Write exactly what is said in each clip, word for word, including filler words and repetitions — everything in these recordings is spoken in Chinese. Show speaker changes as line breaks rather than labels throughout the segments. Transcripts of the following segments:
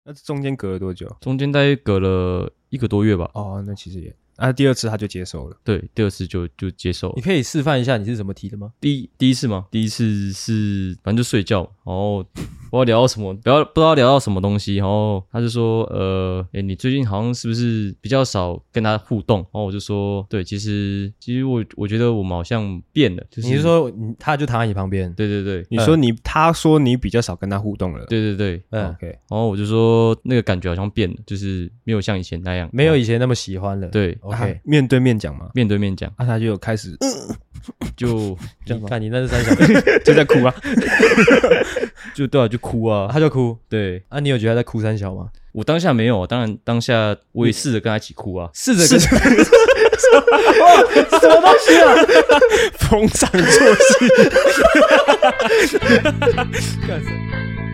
那中间隔了多久？
中间大概隔了一个多月吧。
哦，那其实也，啊，第二次他就接受了。
对，第二次就就接受了。
你可以示范一下你是怎么提的吗？
第一第一次吗？第一次是反正就睡觉，然后不知道聊到什么，不要不知道聊到什么东西，然后他就说，呃，诶，你最近好像是不是比较少跟他互动？然后我就说，对，其实其实我我觉得我们好像变了，就是
你是说他就躺在你旁边？
对对对，
你说你、嗯、他说你比较少跟他互动了，
对对对，
嗯
，OK，
然后我就说那个感觉好像变了，就是没有像以前那样，
没有以前那么喜欢了。
对
，OK，、
啊、面对面讲嘛，
面对面讲，
啊，他就有开始，
就
这样看你那是三小
就在哭啊，
就对啊，就哭啊，
他就哭，
对
啊，你有觉得他在哭三小吗？
我当下没有，当然当下我也试着跟他一起哭啊，
试着跟什么东西啊？
逢场作戏，
干什么？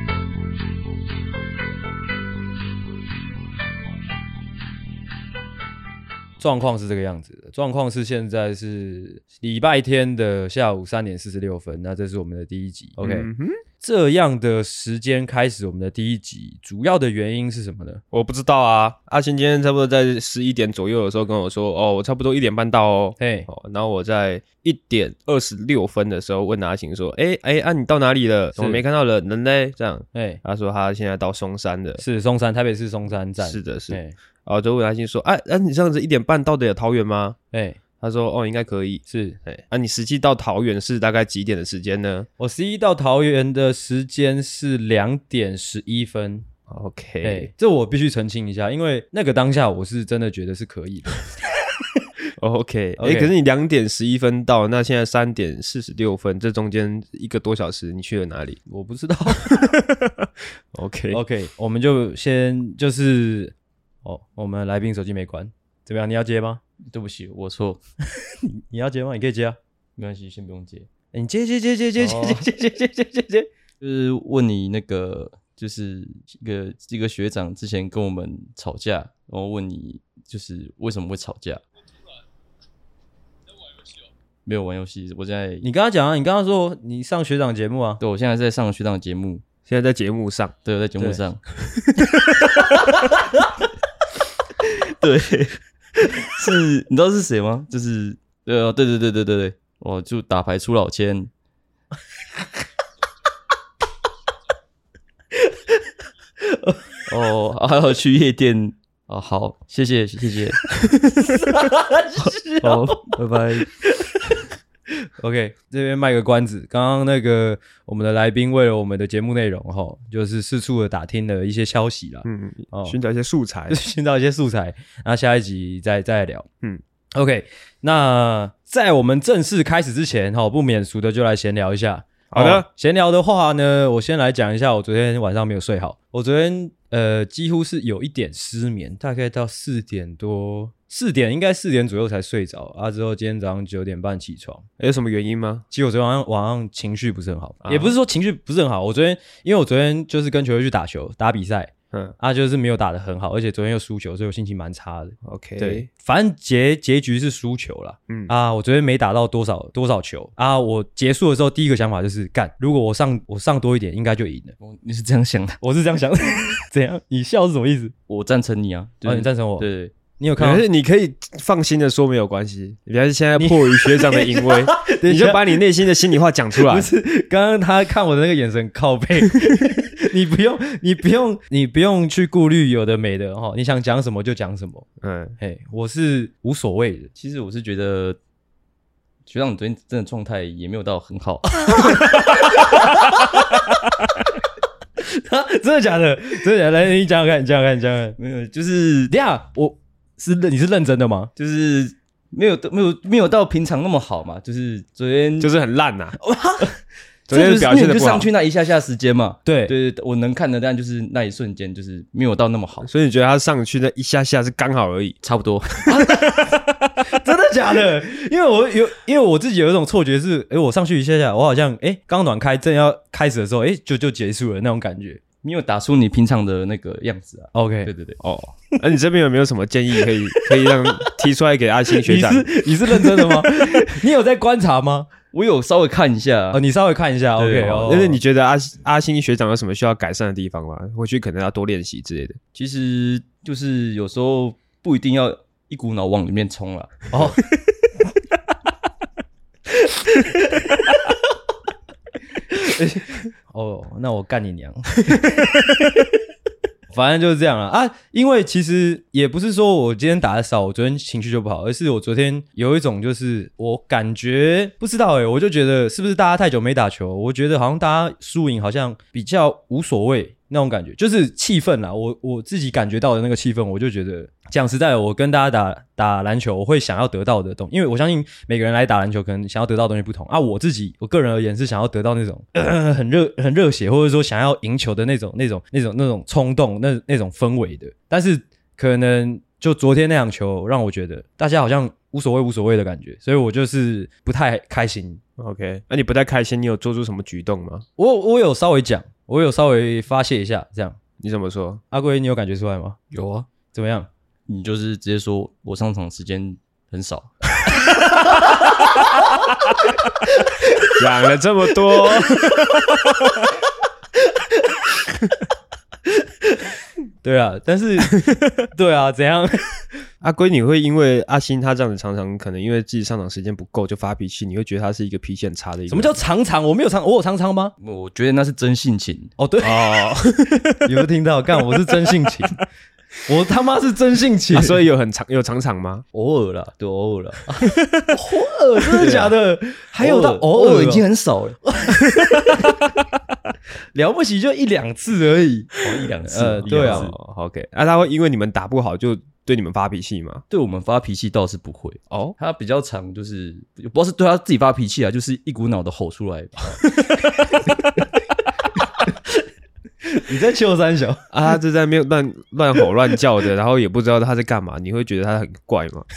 状况是这个样子的，状况是现在是礼拜天的下午三点四十六分，那这是我们的第一集 ，OK，、嗯、这样的时间开始我们的第一集，主要的原因是什么呢？
我不知道啊，阿星今天差不多在十一点左右的时候跟我说，哦，我差不多一点半到哦，
嘿、
哦，然后我在一点二十六分的时候问阿星说，哎哎，啊你到哪里了？怎么没看到人人嘞？这样，
哎，
他说他现在到松山了，
是松山，台北市松山站，
是的是的，
然
后就问阿星说，哎、啊、哎、啊，你这样子一点半到得了桃园吗？
哎。
他说：“哦，应该可以。
是，
哎，啊，你实际到桃园是大概几点的时间呢？
我十一到桃园的时间是两点十一分。
OK，
哎，这我必须澄清一下，因为那个当下我是真的觉得是可以的。
OK， 哎、
okay
欸，可是你两点十一分到，那现在三点四十六分，这中间一个多小时，你去了哪里？
我不知道。
OK
OK， 我们就先就是哦，我们来宾手机没关，怎么样？你要接吗？
对不起，我错。
你你要接吗？你可以接啊，
没关系，先不用接。
欸、你接接接接接接接接接接接接接，
就是问你那个，就是一个一个学长之前跟我们吵架，然后问你就是为什么会吵架？没有玩游戏，我在。
你刚刚讲啊，你刚刚说你上学长节目啊？
对，我现在在上学长节目，
现在在节目上，
对，我在节目上。对。是，你知道是谁吗？就是，呃，对对对对对对，我就打牌出老千。哦，还有去夜店哦，好，谢谢谢谢。好，拜拜。
OK， 这边卖个关子，刚刚那个我们的来宾为了我们的节目内容哈，就是四处的打听了一些消息啦，
嗯，哦、寻找一些素材，
寻找一些素材，那下一集再再来聊。
嗯
，OK， 那在我们正式开始之前哈，不免俗的就来闲聊一下。
好的，
闲、哦、聊的话呢，我先来讲一下，我昨天晚上没有睡好，我昨天呃几乎是有一点失眠，大概到四点多。四点应该四点左右才睡着啊，之后今天早上九点半起床，
有什么原因吗？
其实我昨天晚上晚上情绪不是很好，
啊、
也不是说情绪不是很好，我昨天因为我昨天就是跟球队去打球打比赛，嗯啊就是没有打得很好，而且昨天又输球，所以我心情蛮差的。
OK，
对，反正结结局是输球啦，嗯啊，我昨天没打到多少多少球啊，我结束的时候第一个想法就是干，如果我上我上多一点，应该就赢了。
哦，你是这样想的？
我是这样想的。怎样？你笑是什么意思？
我赞成你啊，
哦，你赞成我？
对。對
你有看到？
可是你可以放心的说没有关系，你不要现在迫于学长的淫威，你就把你内心的心里话讲出来。
不是，刚刚他看我的那个眼神靠背，你不用，你不用，你不用去顾虑有的没的哈，你想讲什么就讲什么。嗯，嘿，我是无所谓的。
其实我是觉得，学长你昨天真的状态也没有到很好。
真的假的？真的假的？来，你讲讲看，你讲讲看，你讲讲看。
没有，就是
等一下，我是你是认真的吗？
就是没有没有没有到平常那么好嘛，就是昨天
就是很烂呐、啊。
昨天表现的不好，就上去那一下下时间嘛。
对
对对，我能看的，但就是那一瞬间，就是没有到那么好。
所以你觉得他上去那一下下是刚好而已，
差不多。
真的假的？因为我有，因为我自己有一种错觉是，哎、欸，我上去一下下，我好像哎刚暖开，正要开始的时候，哎、欸、就就结束了那种感觉。
你有打出你平常的那个样子啊
？OK，
对对对，
哦，那、啊、你这边有没有什么建议可以可以让提出来给阿星学长？
你是你是认真的吗？你有在观察吗？
我有稍微看一下
哦，你稍微看一下 ，OK 哦。
但是你觉得阿阿星学长有什么需要改善的地方吗？或许可能要多练习之类的。
其实就是有时候不一定要一股脑往里面冲啦。
哦。哦，那我干你娘！反正就是这样啦啊，因为其实也不是说我今天打得少，我昨天情绪就不好，而是我昨天有一种就是我感觉不知道诶、欸，我就觉得是不是大家太久没打球，我觉得好像大家输赢好像比较无所谓那种感觉，就是气氛啦，我我自己感觉到的那个气氛，我就觉得讲实在的，我跟大家打打篮球，我会想要得到的东西，因为我相信每个人来打篮球可能想要得到的东西不同啊。我自己我个人而言是想要得到那种、呃、很热很热血，或者说想要赢球的那种那种那种那种冲动那那种氛围的。但是可能就昨天那场球让我觉得大家好像无所谓无所谓的感觉，所以我就是不太开心。
OK， 那、啊、你不太开心，你有做出什么举动吗？
我我有稍微讲，我有稍微发泄一下，这样。
你怎么说？
阿龟，你有感觉出来吗？
有啊，
怎么样？
你就是直接说我上场时间很少。
讲了这么多。
对啊，但是对啊，怎样？
阿龟，你会因为阿星他这样子常常可能因为自己上场时间不够就发脾气，你会觉得他是一个脾气很差的一个？
什么叫常常？我没有常，我有常常吗？
我觉得那是真性情。
哦，对哦，有没有听到？干，我是真性情，我他妈是真性情，
啊、所以有很常有常常吗？
偶尔啦，对，偶尔啦，
偶尔，真的假的？还有到偶尔、
哦、已经很少了。
了不起就一两次而已，
哦、一两次，
呃，对啊
，OK， 那、啊、他会因为你们打不好就对你们发脾气吗？
对我们发脾气倒是不会
哦，
他比较常就是不知道是对他自己发脾气啊，就是一股脑的吼出来。
你在秋三小
啊，他就在那边乱乱吼乱叫的，然后也不知道他在干嘛，你会觉得他很怪吗？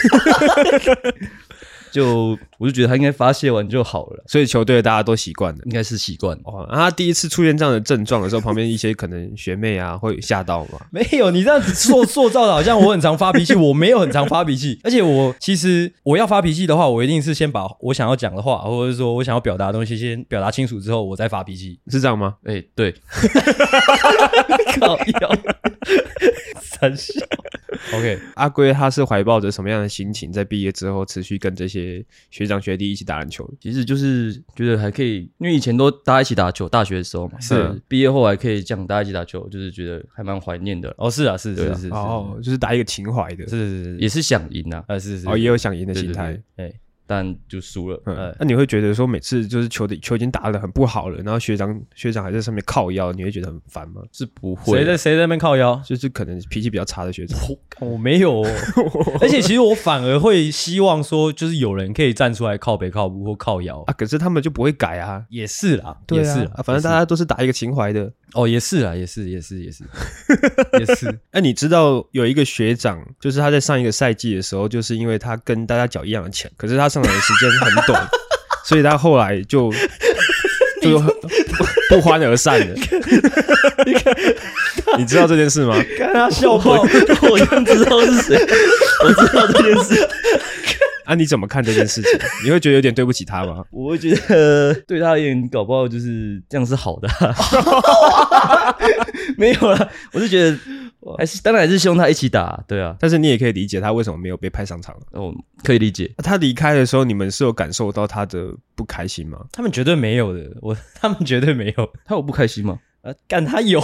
就我就觉得他应该发泄完就好了，
所以球队大家都习惯了，
应该是习惯
哦。啊、他第一次出现这样的症状的时候，旁边一些可能学妹啊会吓到吗？
没有，你这样子塑塑造的好像我很常发脾气，我没有很常发脾气，而且我其实我要发脾气的话，我一定是先把我想要讲的话，或者是说我想要表达的东西先表达清楚之后，我再发脾气，
是这样吗？
哎、欸，对，
靠腰，三笑。OK，
阿龟他是怀抱着什么样的心情，在毕业之后持续跟这些学长学弟一起打篮球的？
其实就是觉得还可以，因为以前都大家一起打球，大学的时候嘛，是毕业后还可以这样大家一起打球，就是觉得还蛮怀念的。
哦，是啊，是是
是
是, 是，
哦，就是打一个情怀的，
是是是，
也是想赢啊，
呃，是是，
哦，也有想赢的心态，
哎。
但就输了。
嗯，那、呃、你会觉得说每次就是球的球已经打得很不好了，然后学长学长还在上面靠腰，你会觉得很烦吗？
是不会。
谁在谁在那边靠腰？
就是可能脾气比较差的学长。
我, 我没有、哦，而且其实我反而会希望说，就是有人可以站出来靠北靠步或靠腰
啊。可是他们就不会改啊。
也是啦，
对啊、
也是啦、
啊，反正大家都是打一个情怀的。
哦，也是啦，也是，也是，也是，也是。
哎、啊，你知道有一个学长，就是他在上一个赛季的时候，就是因为他跟大家缴一样的钱，可是他上场的时间很短，所以他后来就就不欢而散了。
你看，
你知道这件事吗？
看他笑爆，
我我就知道是谁，我知道这件事。
啊，你怎么看这件事情？你会觉得有点对不起他吗？
我会觉得对他而言，搞不好就是这样是好的、啊。没有啦，我是觉得还是当然还是希望他一起打，对啊。
但是你也可以理解他为什么没有被派上场了。
哦，可以理解。
他离开的时候，你们是有感受到他的不开心吗？
他们绝对没有的，我他们绝对没有。
他有不开心吗？
呃，干他有，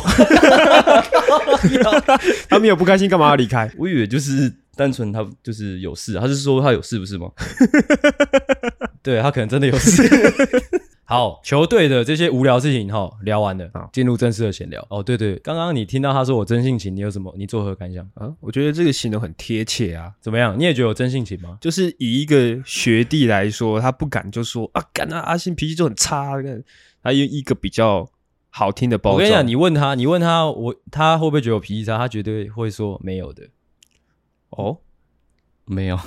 他没有不开心，干嘛要离开？
我以为就是单纯他就是有事，他是说他有事不是吗？
对，他可能真的有事。好，球队的这些无聊事情哈聊完了，进入正式的闲聊。哦，对对，刚刚你听到他说我真性情，你有什么？你作何感想
啊？我觉得这个形容很贴切啊。
怎么样？你也觉得我真性情吗？
就是以一个学弟来说，他不敢就说啊，干啊，阿信脾气就很差，他用一个比较好听的包装。
我跟你讲，你问他，你问他，我他会不会觉得我脾气差？他绝对会说没有的。
哦，
没有。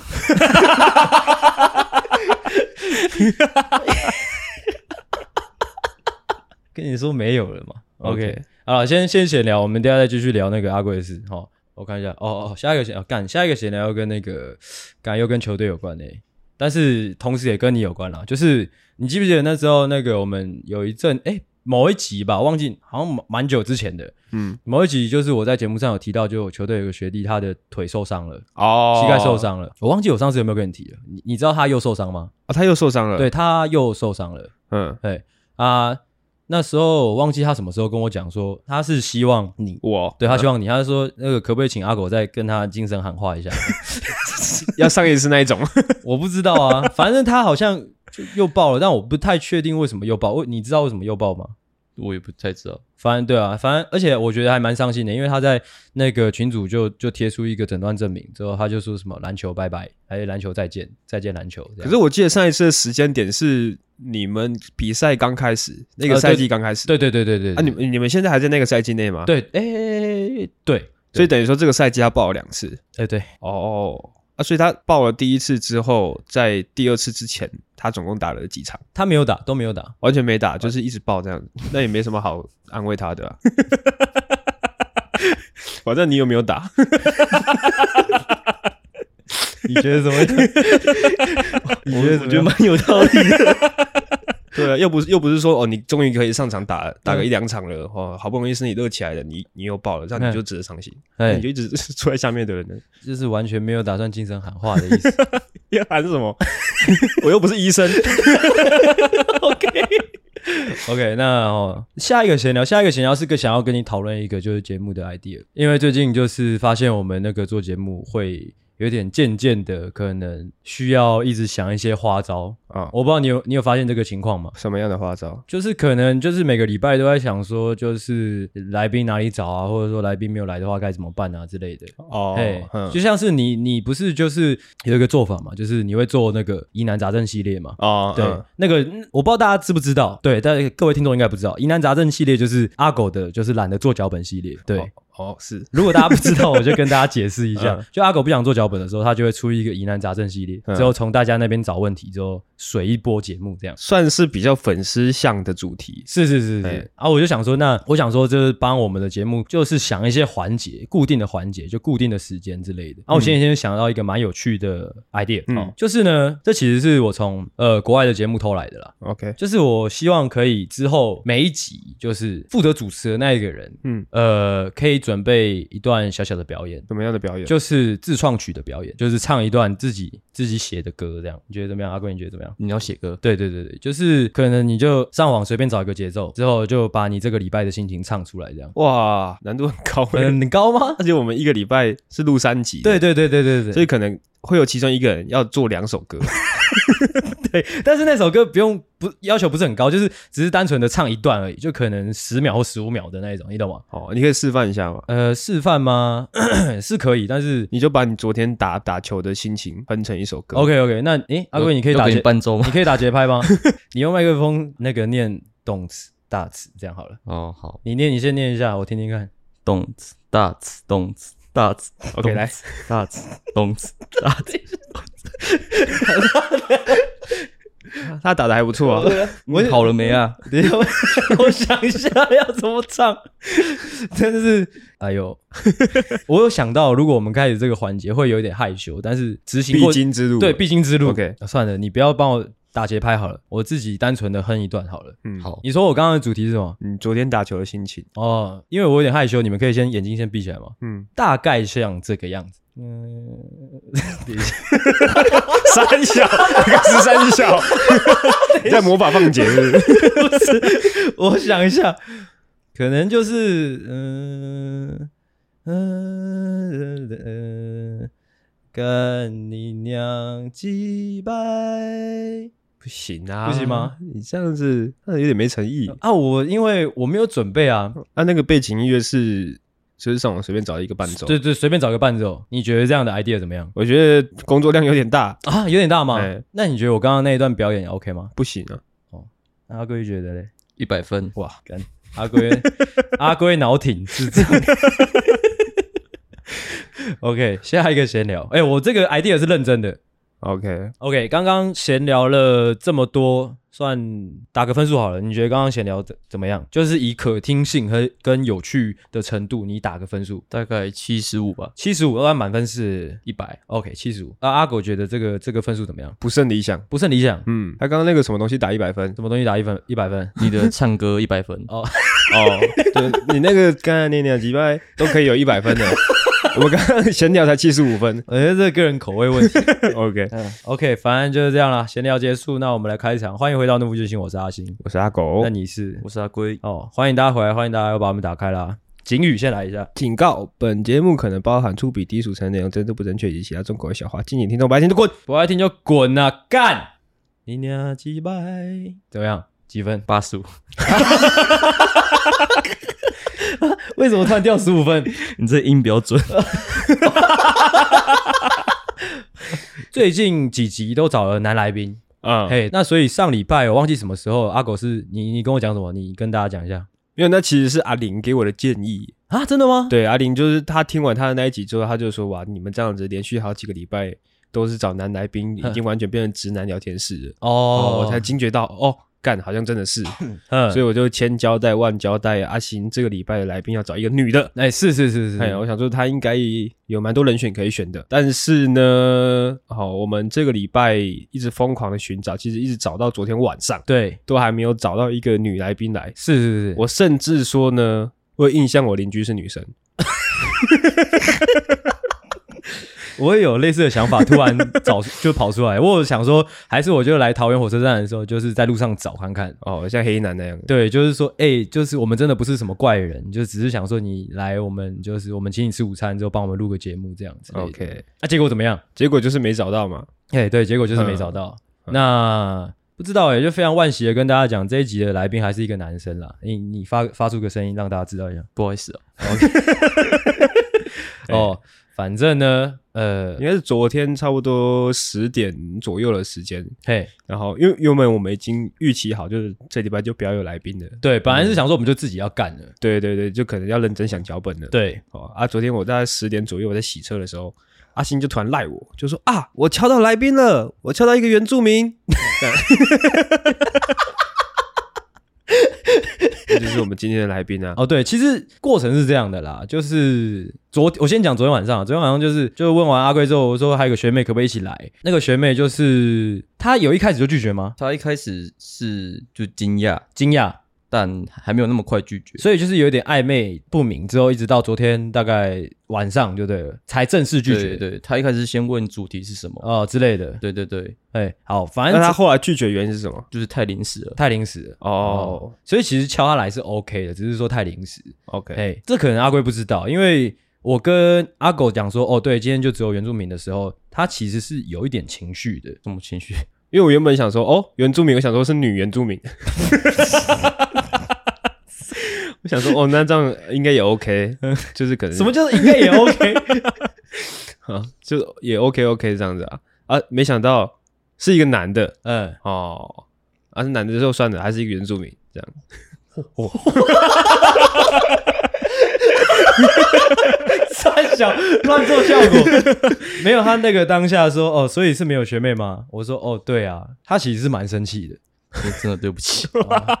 跟你说没有了嘛 ？OK， 好了，先先闲聊，我们等一下再继续聊那个阿贵的事。好，我看一下，哦哦，下一个闲，干、哦，下一个闲聊又跟那个，干又跟球队有关诶、欸。 但是同时也跟你有关啦，就是你记不记得那时候那个我们有一阵哎某一集吧，忘记好像蛮久之前的，嗯，某一集就是我在节目上有提到，就我球队有个学弟他的腿受伤了，哦，膝盖受伤了，我忘记我上次有没有跟你提了，你你知道他又受伤吗？
啊，他又受伤了，
对，他又受伤了，嗯，对啊。那时候我忘记他什么时候跟我讲说，他是希望你
我
对他希望你，他说那个可不可以请阿狗再跟他精神喊话一下，
要上一次那一种，
我不知道啊，反正他好像就又爆了，但我不太确定为什么又爆，你知道为什么又爆吗？
我也不太知道。
反正对啊，反正而且我觉得还蛮伤心的，因为他在那个群组就就贴出一个诊断证明之后，他就说什么篮球拜拜，还是篮球再见，再见篮球。
可是我记得上一次的时间点是你们比赛刚开始，那个赛季刚开始。
对对对对对。
啊，你们你们现在还在那个赛季内吗？
对，哎、欸，对，
所以等于说这个赛季他报了两次。
哎、欸，对，
哦。啊，所以他报了第一次之后，在第二次之前，他总共打了几场？
他没有打，都没有打，
完全没打，就是一直报这样子。那也没什么好安慰他的啊。反正你有没有打？
你觉得怎么样？
你觉得我觉得蛮有道理的。
对啊，又不是又不是说哦，你终于可以上场打打个一两场了，哦，好不容易身体热起来了，你你又爆了，这样你就值得伤心，哎，你就一直坐在下面的人呢，
就是完全没有打算精神喊话的意思。
要喊什么？我又不是医生。
OK OK， 那哦，下一个闲聊，下一个闲聊是个想要跟你讨论一个就是节目的 idea， 因为最近就是发现我们那个做节目会有点渐渐的可能需要一直想一些花招啊，我不知道你有你有发现这个情况吗？
什么样的花招？
就是可能就是每个礼拜都在想说，就是来宾哪里找啊，或者说来宾没有来的话该怎么办啊之类的。哦，嘿，就像是你你不是就是有一个做法嘛，就是你会做那个疑难杂症系列嘛。哦，对，嗯、那个我不知道大家知不知道，对，但各位听众应该不知道，疑难杂症系列就是阿狗的，就是懒得做脚本系列，对。哦
哦，是。
如果大家不知道，我就跟大家解释一下。嗯、就阿狗不想做脚本的时候，他就会出一个疑难杂症系列，嗯、之后从大家那边找问题，之后水一波节目，这样
算是比较粉丝向的主题。
是是是是。欸、啊，我就想说，那我想说，就是帮我们的节目，就是想一些环节，固定的环节，就固定的时间之类的。然后我前几天想到一个蛮有趣的 idea，、嗯哦、就是呢，这其实是我从呃国外的节目偷来的啦。
OK，
就是我希望可以之后每一集，就是负责主持的那一个人，嗯，呃，可以准备一段。段小小的表演，
怎么样的表演？
就是自创曲的表演，就是唱一段自己自己写的歌，这样你觉得怎么样？阿贵，你觉得怎么样？
你要写歌？
对对对对，就是可能你就上网随便找一个节奏，之后就把你这个礼拜的心情唱出来，这样。
哇，难度很高，
很高吗？
而且我们一个礼拜是录三集，
对对对对对对，
所以可能会有其中一个人要做两首歌。
对，但是那首歌不用不要求不是很高，就是只是单纯的唱一段而已，就可能十秒或十五秒的那一种，你懂吗？
哦，你可以示范一下吗？
呃，示范吗？是可以，但是
你就把你昨天打打球的心情哼成一首歌。
OK OK， 那诶，阿贵，你可以打节
伴奏吗？
你可以打节拍吗？你用麦克风那个念动词大词，这样好了。
哦，好，
你念，你先念一下，我听听看。
动词大词动词大词
，OK， 来，
大词动词大词。
他打的还不错啊，
我好了没啊？
我想一下要怎么唱，真的是，哎呦，我有想到，如果我们开始这个环节会有点害羞，但是执行过
必经之路，
对，必经之路。
OK，
算了，你不要帮我打节拍好了，我自己单纯的哼一段好了。
嗯，好。
你说我刚刚的主题是什么？
你昨天打球的心情
哦，因为我有点害羞，你们可以先眼睛先闭起来吗？嗯，大概像这个样子。嗯，
三小，那个是三小，你在模仿放姐是不是？
不是，我想一下，可能就是嗯嗯嗯，跟你娘几拜，
不行啊，
不行吗？
你这样子，那有点没诚意
啊！我因为我没有准备啊，
啊，那个背景音乐是。就是上网随便找一个伴奏，
对对，随便找个伴奏。你觉得这样的 idea 怎么样？
我觉得工作量有点大
啊，有点大吗？欸、那你觉得我刚刚那一段表演 OK 吗？
不行啊。
哦，那阿龟觉得嘞？
一百分
哇！干阿龟，阿龟脑挺智障。OK， 下一个闲聊。哎、欸，我这个 idea 是认真的。
OK
OK， 刚刚闲聊了这么多。 算打个分数好了，你觉得刚刚闲聊的怎么样？就是以可听性和跟有趣的程度，你打个分数，
大概七十五吧，
七十五，那满分是
一百。
OK， 七十五。那阿狗觉得这个这个分数怎么样？
不甚理想。
不甚理想。
嗯，他刚刚那个什么东西打一百分，
什么东西打一分？一百分？
你的唱歌一百分
哦
哦，对你那个刚才那两几百都可以有一百分的。我们刚刚闲聊才七十五分，
我觉得这个人口味问题。
OK，
嗯 OK， 反正就是这样啦。闲聊结束，那我们来开场。欢迎回到《怒不巨星》，我是阿星，
我是阿狗，
那你是？
我是阿龟。
哦，欢迎大家回来，欢迎大家又把我们打开啦。警语先来一下，
警告：本节目可能包含粗鄙、低俗、成内容、政治不正确以及其他中国的笑话，敬请听众不爱听就滚，
不爱听就滚啊！干！你娘几百？怎么样？几分？
八十五。
为什么突然掉十五分？
你这音比较准。
最近几集都找了男来宾，
嗯，
嘿，那所以上礼拜我忘记什么时候，阿狗是你你跟我讲什么？你跟大家讲一下。
因为那其实是阿玲给我的建议
啊，真的吗？
对，阿玲就是他听完他的那一集之后，他就说哇，你们这样子连续好几个礼拜都是找男来宾，已经完全变成直男聊天室了。
哦，
哦，我才惊觉到哦。干，好像真的是，
嗯，
所以我就千交代万交代，阿星这个礼拜的来宾要找一个女的，
哎，是是是是，
哎，我想说他应该有蛮多人选可以选的，但是呢，好、哦，我们这个礼拜一直疯狂的寻找，其实一直找到昨天晚上，
对，
都还没有找到一个女来宾来，
是是是，
我甚至说呢，我有印象我邻居是女生。
我也有类似的想法，突然找就跑出来。我有想说，还是我就来桃园火车站的时候，就是在路上找看看。
哦，像黑男那样。
对，就是说，哎、欸，就是我们真的不是什么怪人，就只是想说你来，我们就是我们请你吃午餐之后，帮我们录个节目这样子。
OK，
那、啊、结果怎么样？
结果就是没找到嘛。
哎、欸，对，结果就是没找到。嗯、那不知道哎、欸，就非常惋惜的跟大家讲，这一集的来宾还是一个男生啦。你你发发出个声音让大家知道一下，
不好意思啊。
OK， 哦。反正呢，呃，
应该是昨天差不多十点左右的时间，
嘿，
然后因为原本我们已经预期好，就是这礼拜就不要有来宾了。
对，本来是想说我们就自己要干了。嗯、
对对对，就可能要认真想脚本了。
对，
哦啊，昨天我大概十点左右我在洗车的时候，阿星就突然赖我，就说啊，我敲到来宾了，我敲到一个原住民。这就是我们今天的来宾啊！
哦，对，其实过程是这样的啦，就是昨我先讲昨天晚上，昨天晚上就是就问完阿龟之后，我说还有个学妹可不可以一起来？那个学妹就是她有一开始就拒绝吗？
她一开始是就惊讶，
惊讶。
但还没有那么快拒绝，
所以就是有点暧昧不明，之后一直到昨天大概晚上就对了，才正式拒绝。
对对，他一开始先问主题是什么
哦之类的。
对对对，
哎、欸，好，反正
那他后来拒绝原因是什么？
就是太临时了，
太临时了。哦，哦所以其实敲他来是 OK 的，只是说太临时。
OK，
哎、欸，这可能阿龟不知道，因为我跟阿狗讲说，哦，对，今天就只有原住民的时候，他其实是有一点情绪的。
什么情绪？
因为我原本想说，哦，原住民，我想说是女原住民。我想说，哦，那这样应该也 OK， 就是可能
什么叫应该也 OK，
啊，就也 OK OK 这样子啊啊，没想到是一个男的，
嗯，
哦，啊是男的就算了，还是一个原住民这样。
哦三小乱做效果，没有他那个当下说哦，所以是没有学妹吗？我说哦，对啊，他其实是蛮生气的，
真的对不起。
哦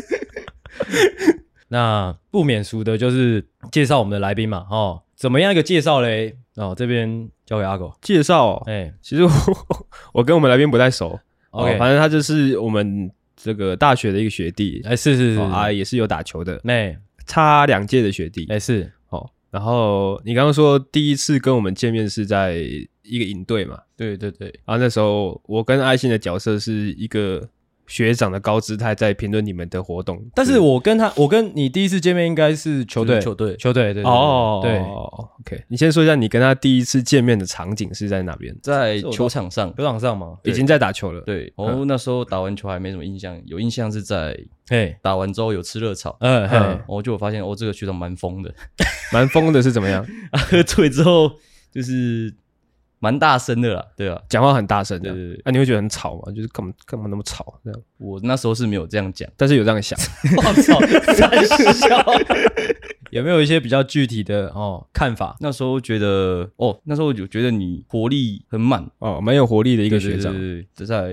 那不免俗的就是介绍我们的来宾嘛，哦，怎么样一个介绍嘞？哦，这边交给阿狗
介绍、哦。哎、欸，其实我我跟我们来宾不太熟
，OK，、哦、
反正他就是我们这个大学的一个学弟，
哎、欸，是是是、
哦、啊，也是有打球的，
哎、欸，
差两届的学弟，
哎、欸、是
哦。然后你刚刚说第一次跟我们见面是在一个营队嘛？
对对对，
然后那时候我跟爱信的角色是一个学长的高姿态在评论你们的活动，
但是我跟他，我跟你第一次见面应该是球队，
球队，
球队，对，
哦，
对
，OK， 你先说一下你跟他第一次见面的场景是在哪边？
在球场上，
球场上吗？
已经在打球了。
对，然后那时候打完球还没什么印象，有印象是在
嘿
打完之后有吃热炒，
嗯嘿，然
后就发现哦，这个学长蛮疯的，
蛮疯的是怎么样？
喝醉之后就是蛮大声的啦，对啊，
讲话很大声，
对对对，
啊，你会觉得很吵吗？就是干嘛干嘛那么吵这样？
我那时候是没有这样讲，
但是有这样想。
我操，三笑。有没有一些比较具体的哦看法？
那时候觉得哦，那时候就觉得你活力很满
哦，蛮有活力的一个学长。
对对对对，这在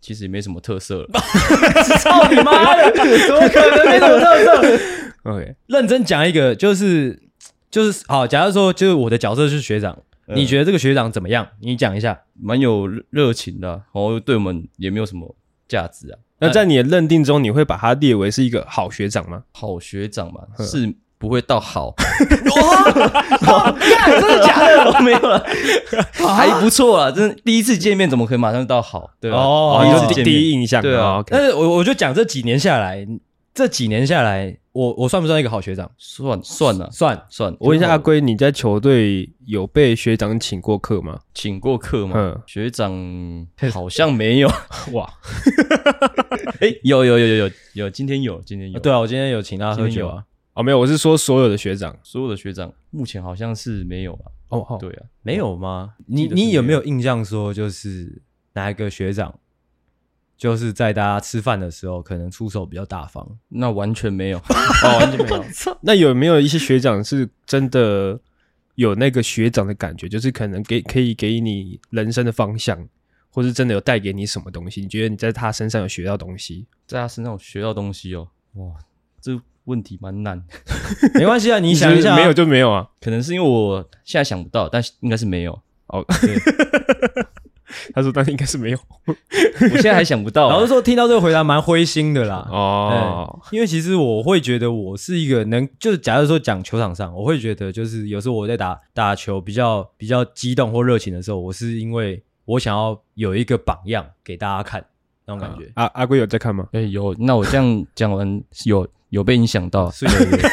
其实也没什么特色了。
操你妈的，怎么可能没什么特色
？OK，
认真讲一个，就是就是好，假如说就是我的角色是学长，嗯、你觉得这个学长怎么样？你讲一下。
蛮有热情的、啊，然后对我们也没有什么价值啊。
那在你的认定中，你会把他列为是一个好学长吗？
好学长嘛，是不会到好。
哇，真的假的？
没有了，还不错啊。真的第一次见面怎么可以马上到好？对吧、啊？
哦，
你说第一印象，
对啊。
哦 okay、
但是我我就讲这几年下来，这几年下来，我我算不算一个好学长？
算算了，
算
算。
我问一下阿龟，你在球队有被学长请过课吗？
请过课吗？学长好像没有。
哇，
哎、欸，有有有有有有，今天有，今天有。
对啊，我今天有请他喝酒啊。
哦，没有，我是说所有的学长，
所有的学长目前好像是没有啊。
哦，哦
对啊，
没有吗？你你有没有印象说，就是哪一个学长？就是在大家吃饭的时候，可能出手比较大方。
那完全没有，哦，完全没有。
那有没有一些学长是真的有那个学长的感觉，就是可能给可以给你人生的方向，或是真的有带给你什么东西？你觉得你在他身上有学到东西？
在他身上有学到东西哦，哇，这问题蛮难。
没关系啊，你想一下、啊，
没有就没有啊。
可能是因为我现在想不到，但应该是没有。
哦，他说，但是应该是没有。
我现在还想不到、啊。
老实说，听到这个回答蛮灰心的啦。
哦、
嗯，因为其实我会觉得我是一个能，就是假如说讲球场上，我会觉得就是有时候我在打打球比较比较激动或热情的时候，我是因为我想要有一个榜样给大家看那种感觉。
啊、阿阿龟有在看吗？
哎、欸，有。那我这样讲完，有有被影响到。
所以，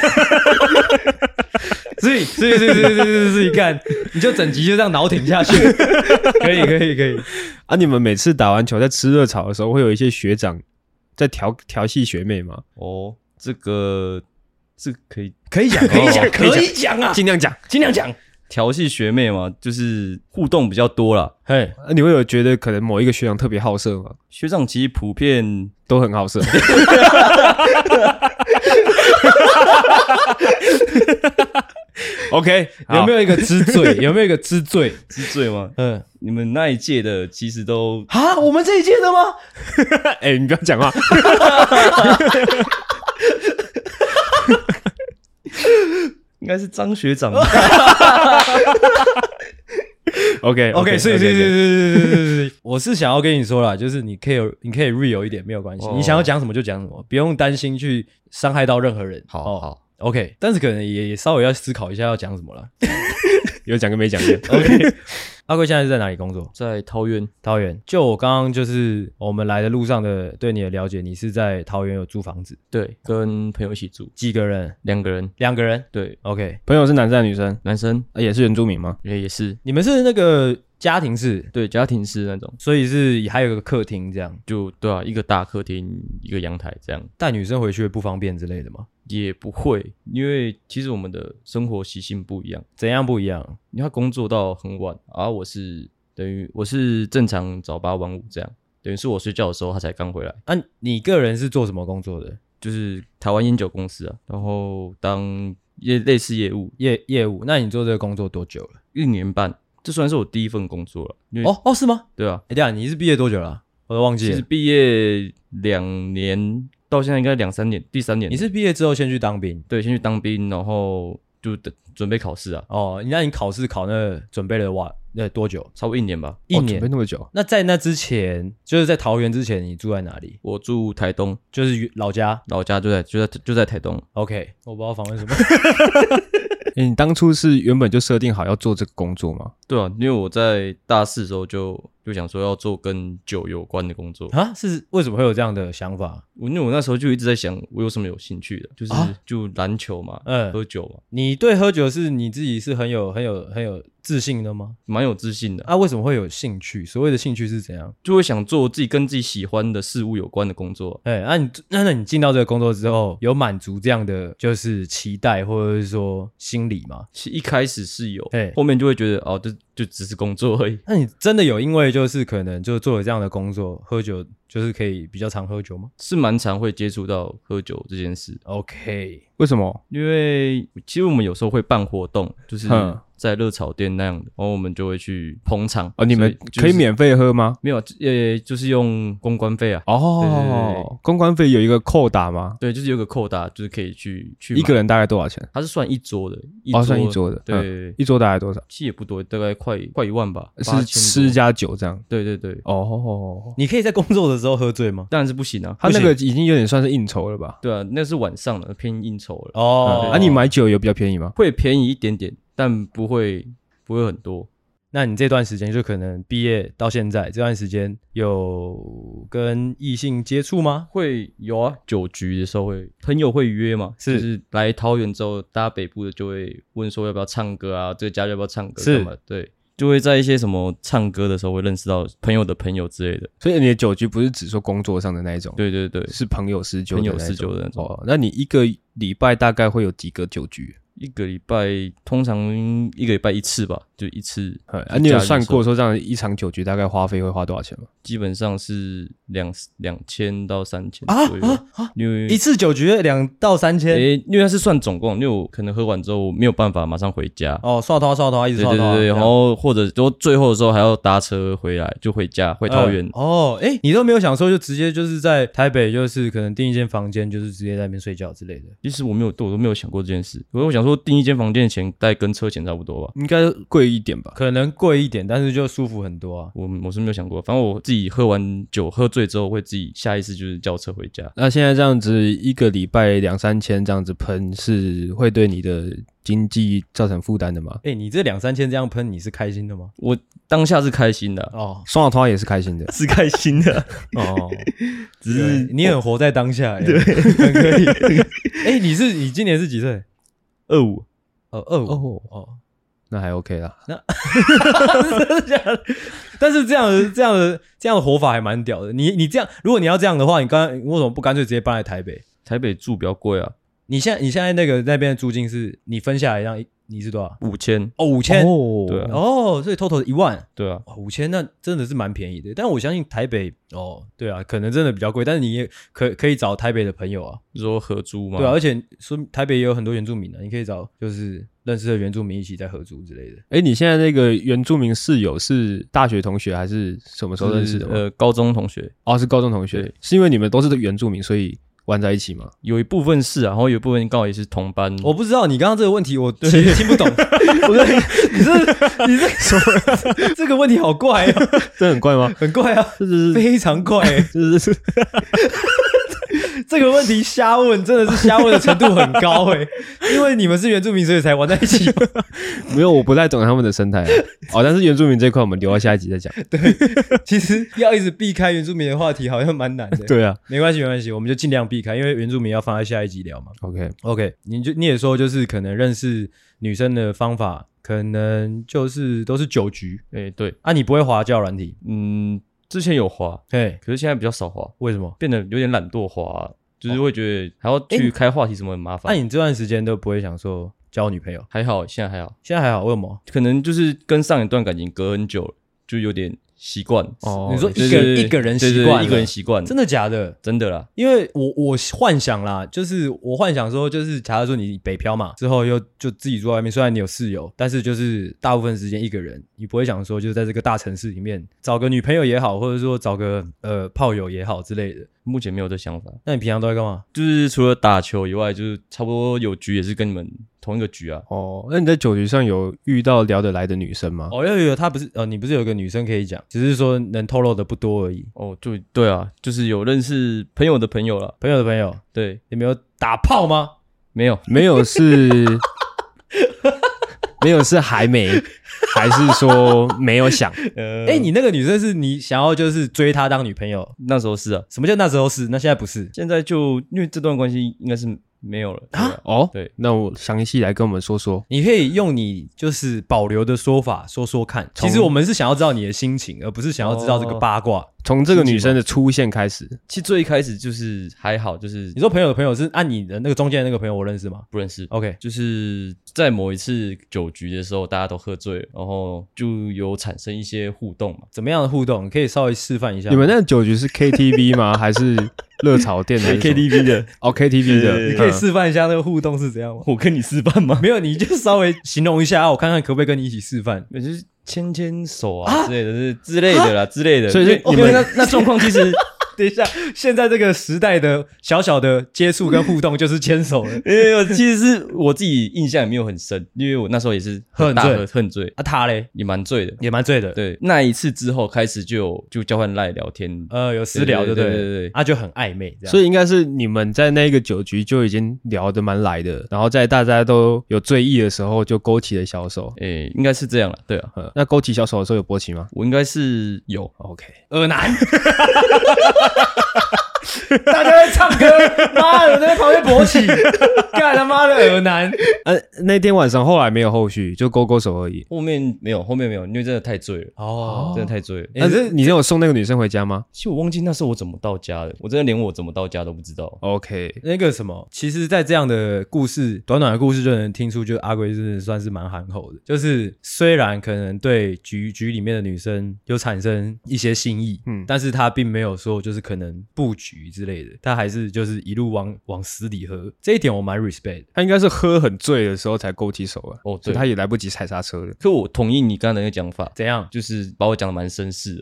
所以，所以，所以，所以，所以，所以，干，你就整集就这样脑挺下去。可以，可以，可以。
啊，你们每次打完球在吃热炒的时候，会有一些学长在调调戏学妹吗？
哦，这个这个可以
可以讲，可以讲，可以讲啊，
尽量讲，
尽量讲。
调戏学妹嘛，就是互动比较多啦。
嘿，
啊、你会有觉得可能某一个学长特别好色吗？
学长其实普遍
都很好色。OK，
有没有一个知罪？有没有一个知罪？
知罪吗？
嗯，
你们那一届的其实都
啊，我们这一届的吗？
哎、欸，你不要讲话。
应该是张学长。
OK
OK， 所以所以所以所以所以，我是想要跟你说啦，就是你可以你可以 real 一点，没有关系，你想要讲什么就讲什么，不用担心去伤害到任何人。
好好。
哦 OK， 但是可能也也稍微要思考一下要讲什么了。
有讲跟没讲的。
OK， 阿贵现在是在哪里工作？
在桃园。
桃园。就我刚刚就是我们来的路上的对你的了解，你是在桃园有租房子？
对，跟朋友一起住。
几个人？
两个人。
两个人。
对
，OK。
朋友是男生还是女生？
男生。
啊、也是原住民吗？
也也是。
你们是那个家庭式？
对，家庭式那种。
所以是还有个客厅这样？
就对啊，一个大客厅，一个阳台这样。
带女生回去会不方便之类的吗？
也不会，因为其实我们的生活习性不一样。
怎样不一样？
因为他工作到很晚，而我是等于我是正常早八晚五这样，等于是我睡觉的时候他才刚回来。
啊，你个人是做什么工作的？
就是台湾烟酒公司啊，然后当业类似业务
业业务。那你做这个工作多久了？
一年半，这算是我第一份工作了。
哦哦，是吗？
对啊。
哎，对啊，你是毕业多久了、啊？我都忘记了。
其实毕业两年。到现在应该两三年，第三年。
你是毕业之后先去当兵？
对，先去当兵，然后就准备考试啊。
哦，那你考试考那准备了哇？那多久？
超过一年吧。
一年、
哦、准备那么久？
那在那之前，就是在桃园之前，你住在哪里？
我住台东，
就是老家。
老家就在就在就在台东。
OK， 我不知道访问什么。
欸、你当初是原本就设定好要做这个工作吗？
对啊，因为我在大四的时候就就想说要做跟酒有关的工作
啊，是为什么会有这样的想法？
我因为我那时候就一直在想，我有什么有兴趣的，就是、啊、就篮球嘛，嗯，喝酒嘛。
你对喝酒是你自己是很有很有很有自信的吗？
蛮有自信的。
啊，为什么会有兴趣？所谓的兴趣是怎样？
就会想做自己跟自己喜欢的事物有关的工作。
哎、欸，那、啊、你那那你进到这个工作之后，有满足这样的就是期待或者是说心理吗？
其实一开始是有，
欸、
后面就会觉得哦，这就只是工作而已。
那你真的有因为就是可能就做了这样的工作，喝酒就是可以比较常喝酒吗？
是蛮常会接触到喝酒这件事。
OK，
为什么？
因为其实我们有时候会办活动，就是
嗯
在热炒店那样的，然后我们就会去捧场。
哦，你们
所以就是
可以免费喝吗？
没有，呃，就是用公关费啊。
哦，
对对对对
公关费有一个扣打吗？
对，就是有个扣打，就是可以去去买。
一个人大概多少钱？
它是算一桌的，一
哦，
桌
算一桌的，
对，
嗯一桌大概多少？
其实也不多，大概快快一万吧，
是
八千多
吃加酒这样？
对对对，
哦，
你可以在工作的时候喝醉吗？
当然是不行啊。
他那个已经有点算是应酬了吧？
对啊，那是晚上的，偏应酬了。
哦，
嗯啊，你买酒有比较便宜吗？
会便宜一点点，但不会不会很多。
那你这段时间就可能毕业到现在这段时间有跟异性接触吗？
会有啊，酒局的时候会朋友会约嘛，
是
就是来桃园之后，大家北部的就会问说要不要唱歌啊，这个家要不要唱歌
是
干嘛？对，就会在一些什么唱歌的时候会认识到朋友的朋友之类的。
所以你的酒局不是只说工作上的那一种，
对对对，
是朋友私酒的那一种，
朋友私酒的那种
哦，那你一个礼拜大概会有几个酒局？
一个礼拜通常一个礼拜一次吧，就一次。
嗯啊，你有算过说这样一场酒局大概花费会花多少钱吗？
基本上是两两千到三千
啊
左右，
啊啊！
因为
一次酒局两到三千，
诶，因为它是算总共，因为我可能喝完之后没有办法马上回家。
哦，刷头刷头一直刷头，
对对对对，然后或者说最后的时候还要搭车回来，就回家回桃园。
呃哦，哎，你都没有想说就直接就是在台北，就是可能订一间房间，就是直接在那边睡觉之类的。
其实我没有，我都没有想过这件事。我想说订一间房间的钱大概跟车钱差不多吧。
应该贵一点吧？
可能贵一点，但是就舒服很多啊。
我我是没有想过，反正我自己喝完酒喝醉之后，会自己下意识就是叫车回家。
那现在这样子一个礼拜两三千这样子喷，是会对你的经济造成负担的吗？
哎，你这两三千这样喷，你是开心的吗？
我当下是开心的啊、
哦，
双老头也是开心的
是开心的，
哦，
只是
对你很活在当下，对，很可以。哎，你是你今年是几岁？
二五。
哦，二五
哦
哦，
那还 OK 啦。
真的假的？但是这样的这样的这样的活法还蛮屌的。你你这样，如果你要这样的话，你刚刚为什么不干脆直接搬来台北？
台北住比较贵啊，
你现在你现在那个那边的租金是你分下来让你是多少？
五千。
哦，五千
哦
对啊
哦，所以 total 一万。
对啊，
五千那真的是蛮便宜的，但我相信台北哦，对啊，可能真的比较贵，但是你也可可以找台北的朋友啊，
是说合租吗？
对啊，而且说台北也有很多原住民啊，你可以找就是认识的原住民一起在合租之类的。
哎，你现在那个原住民室友是大学同学还是什么时候认识的吗？
呃，高中同学
哦，是高中同学
对，
是因为你们都是原住民，所以玩在一起吗？
有一部分是啊，然后有一部分刚好也是同班。
我不知道你刚刚这个问题，我其实听不懂。我说你这你这什么？这个问题好怪啊，
这很怪吗？
很怪啊，
这是
非常怪、欸。
这是
这个问题瞎问，真的是瞎问的程度很高哎、欸，因为你们是原住民，所以才玩在一起吗？
没有，我不太懂他们的生态、啊。哦，但是原住民这一块我们留到下一集再讲。
对，其实要一直避开原住民的话题，好像蛮难的。
对啊，
没关系，没关系，我们就尽量避开，因为原住民要放在下一集聊嘛。
OK，
OK， 你就你也说，就是可能认识女生的方法，可能就是都是酒局。
哎、对，
啊，你不会滑交友软体？
嗯，之前有滑，
嘿，
可是现在比较少滑，
为什么？
变得有点懒惰滑，就是会觉得还要去开话题什么很麻
那、
烦。
你这段时间都不会想说交女朋友？
还好，现在还好，
现在还好，为什么？
可能就是跟上一段感情隔很久了，就有点习惯。
哦
你说一个
对对对
一个人
对对
习惯了
一个人习惯，
真的假的？
真的啦。
因为我我幻想啦，就是我幻想说，就是假如说你北漂嘛，之后又就自己住在外面，虽然你有室友，但是就是大部分时间一个人，你不会想说，就是在这个大城市里面找个女朋友也好，或者说找个呃炮友也好之类的。
目前没有这想法，
那你平常都在干嘛？
就是除了打球以外，就是差不多有局也是跟你们同一个局啊。
哦，那你在酒局上有遇到聊得来的女生吗？
哦，有有，他不是呃，你不是有个女生可以讲，只是说能透露的不多而已。
哦，就对啊，就是有认识朋友的朋友啦。
朋友的朋友，
对，
你没有打炮吗？
没有，
没有是，没有是还没，还是说没有想？
呃，
哎、欸，你那个女生是你想要就是追她当女朋友？
那时候是啊，
什么叫那时候是？那现在不是？
现在就因为这段关系应该是没有了啊。
哦，
对，
那我详细来跟我们说说。
你可以用你就是保留的说法说说看。其实我们是想要知道你的心情，而不是想要知道这个八卦。
从这个女生的出现开始，
其实最一开始就是还好，就是
你说朋友的朋友是按你的那个中间的那个朋友，我认识吗？
不认识。
OK，
就是在某一次酒局的时候，大家都喝醉了，然后就有产生一些互动嘛。
怎么样的互动？你可以稍微示范一下吗。
你们那个酒局是 K T V 吗？还是热炒店的
K T V 的？
哦 ，K T V 的，
你可以示范一下那个互动是怎样吗？
我跟你示范吗？
没有，你就稍微形容一下，我看看可不可以跟你一起示范。
就是牵牵手啊之类的，是之类的啦，之类的。
所以
因为那那状况其实。
等一下，现在这个时代的小小的接触跟互动就是牵手了。
因为我其实是我自己印象也没有很深，因为我那时候也是
很醉，
很醉
啊，他嘞
也蛮醉的，
也蛮醉的。
对，那一次之后开始就有就交换赖聊天，
呃，有私聊，对不对？
对对对，
啊，就很暧昧这样。
所以应该是你们在那个酒局就已经聊得蛮来的，然后在大家都有醉意的时候就勾起了小手。
诶，应该是这样了，对啊。
嗯，那勾起小手的时候有勃起吗？
我应该是有
，OK，
耳男。大家在唱歌，妈的，我在旁边勃起，干他妈的耳男。
呃，那天晚上后来没有后续，就勾勾手而已。
后面没有，后面没有，因为真的太醉了。
哦，
真的太醉了。
但是你有送那个女生回家吗？
其实我忘记那时候我怎么到家的，我真的连我怎么到家都不知道。
OK，
那个什么，其实，在这样的故事，短短的故事就能听出，就阿龟真的算是蛮憨厚的。就是虽然可能对局局里面的女生有产生一些心意，嗯，但是他并没有说就是可能布局之类的，他还是就是一路往往死里喝。这一点我蛮 respect 的。
他应该是喝很醉的时候才勾起手啊，
哦，
所以他也来不及踩刹车了。
可我同意你刚才那个讲法，
怎样？
就是把我讲的蛮绅士的。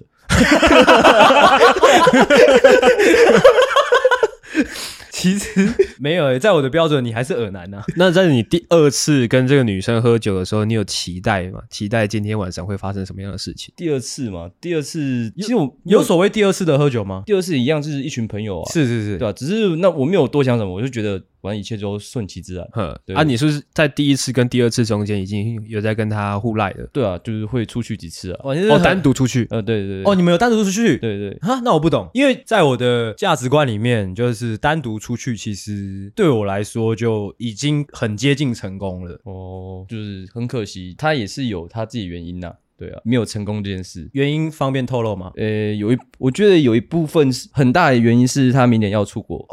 其实没有、欸，在我的标准，你还是耳男啊。
那在你第二次跟这个女生喝酒的时候，你有期待吗？期待今天晚上会发生什么样的事情？
第二次嘛，第二次其实我
有所谓第二次的喝酒吗？
第二次一样，就是一群朋友啊，
是是是，
对啊，只是那我没有多想什么，我就觉得反正一切都顺其自然。
呵，啊，你是不是在第一次跟第二次中间已经有在跟他互赖了？
对啊，就是会出去几次啊。
哦，
哦单独出去？
呃，对对对。
哦，你们有单独出去？
对对。
哈，那我不懂，因为在我的价值观里面，就是单独出去，其实对我来说就已经很接近成功了。
哦，就是很可惜，他也是有他自己原因呐、啊。对啊，没有成功这件事，
原因方便透露吗？
呃，有一，我觉得有一部分是很大的原因是他明年要出国。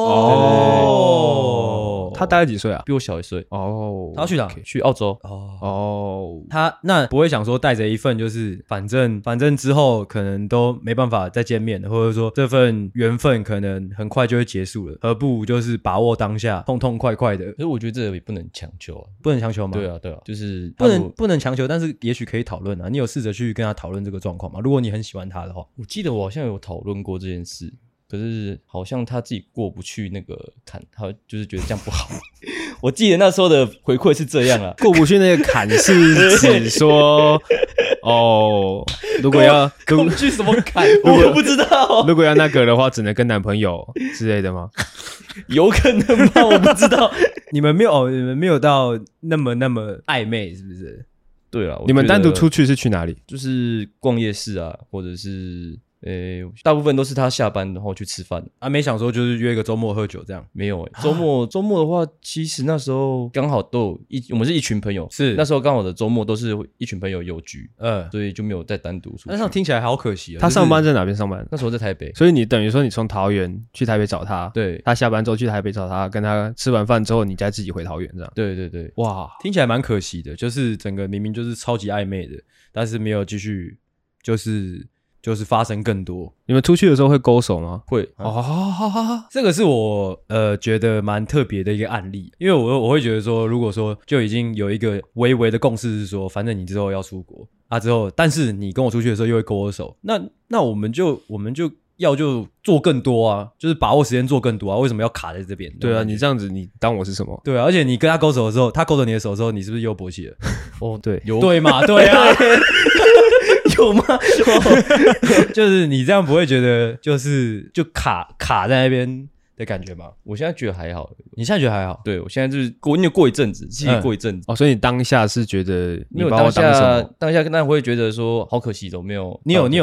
哦，
他大概几岁啊？
比我小一岁。
哦，
他要去哪？
Okay. 去澳洲。
哦
哦，
他那不会想说带着一份就是反正反正之后可能都没办法再见面了，或者说这份缘分可能很快就会结束了，何不如就是把握当下，痛痛快快的。
可是我觉得这也不能强求啊，
不能强求吗？
对啊，对啊，就是
不能不能强求，但是也许可以讨论啊。你有试着去跟他讨论这个状况吗？如果你很喜欢他的话，
我记得我好像有讨论过这件事。可是好像他自己过不去那个坎，他就是觉得这样不好。我记得那时候的回馈是这样啊，
过不去那个坎是指说，哦，如果要
过不去什么坎，我不知道。
如果要那个的话，只能跟男朋友之类的吗？
有可能吗？我不知道。
你们没有、哦，你们没有到那么那么暧昧，是不是？
对啊，
你们单独出去是去哪里？
就是逛夜市啊，或者是。诶、欸，大部分都是他下班然后去吃饭
啊，没想说就是约一个周末喝酒这样，
没有诶、欸。周末周末的话，其实那时候刚好都有一，我们是一群朋友，
是
那时候刚好的周末都是一群朋友有局，
嗯，
所以就没有再单独出去。
那听起来好可惜啊、哦！
他上班在哪边上班？
那时候在台北，
所以你等于说你从桃园去台北找他，
对，
他下班之后去台北找他，跟他吃完饭之后，你再自己回桃园这样。
对对对，
哇，听起来蛮可惜的，就是整个明明就是超级暧昧的，但是没有继续，就是。就是发生更多。
你们出去的时候会勾手吗？
会
哦，这个是我呃觉得蛮特别的一个案例，因为我我会觉得说，如果说就已经有一个微微的共识是说，反正你之后要出国啊，之后但是你跟我出去的时候又会勾我手，那那我们就我们就要就做更多啊，就是把握时间做更多啊，为什么要卡在这边？
对啊，你这样子你当我是什么？
对啊，而且你跟他勾手的时候，他勾着你的手的时候，你是不是又勃起了？
哦，对，
有对嘛？对啊。有吗？就是你这样不会觉得就是就卡卡在那边的感觉吗？
我现在觉得还好。
你现在觉得还好？
对，我现在就是过，因为过一阵子，其实过一阵子、
嗯、哦，所以你当下是觉得你
把我当下当下当然会觉得说好可惜，都没有。
你有你有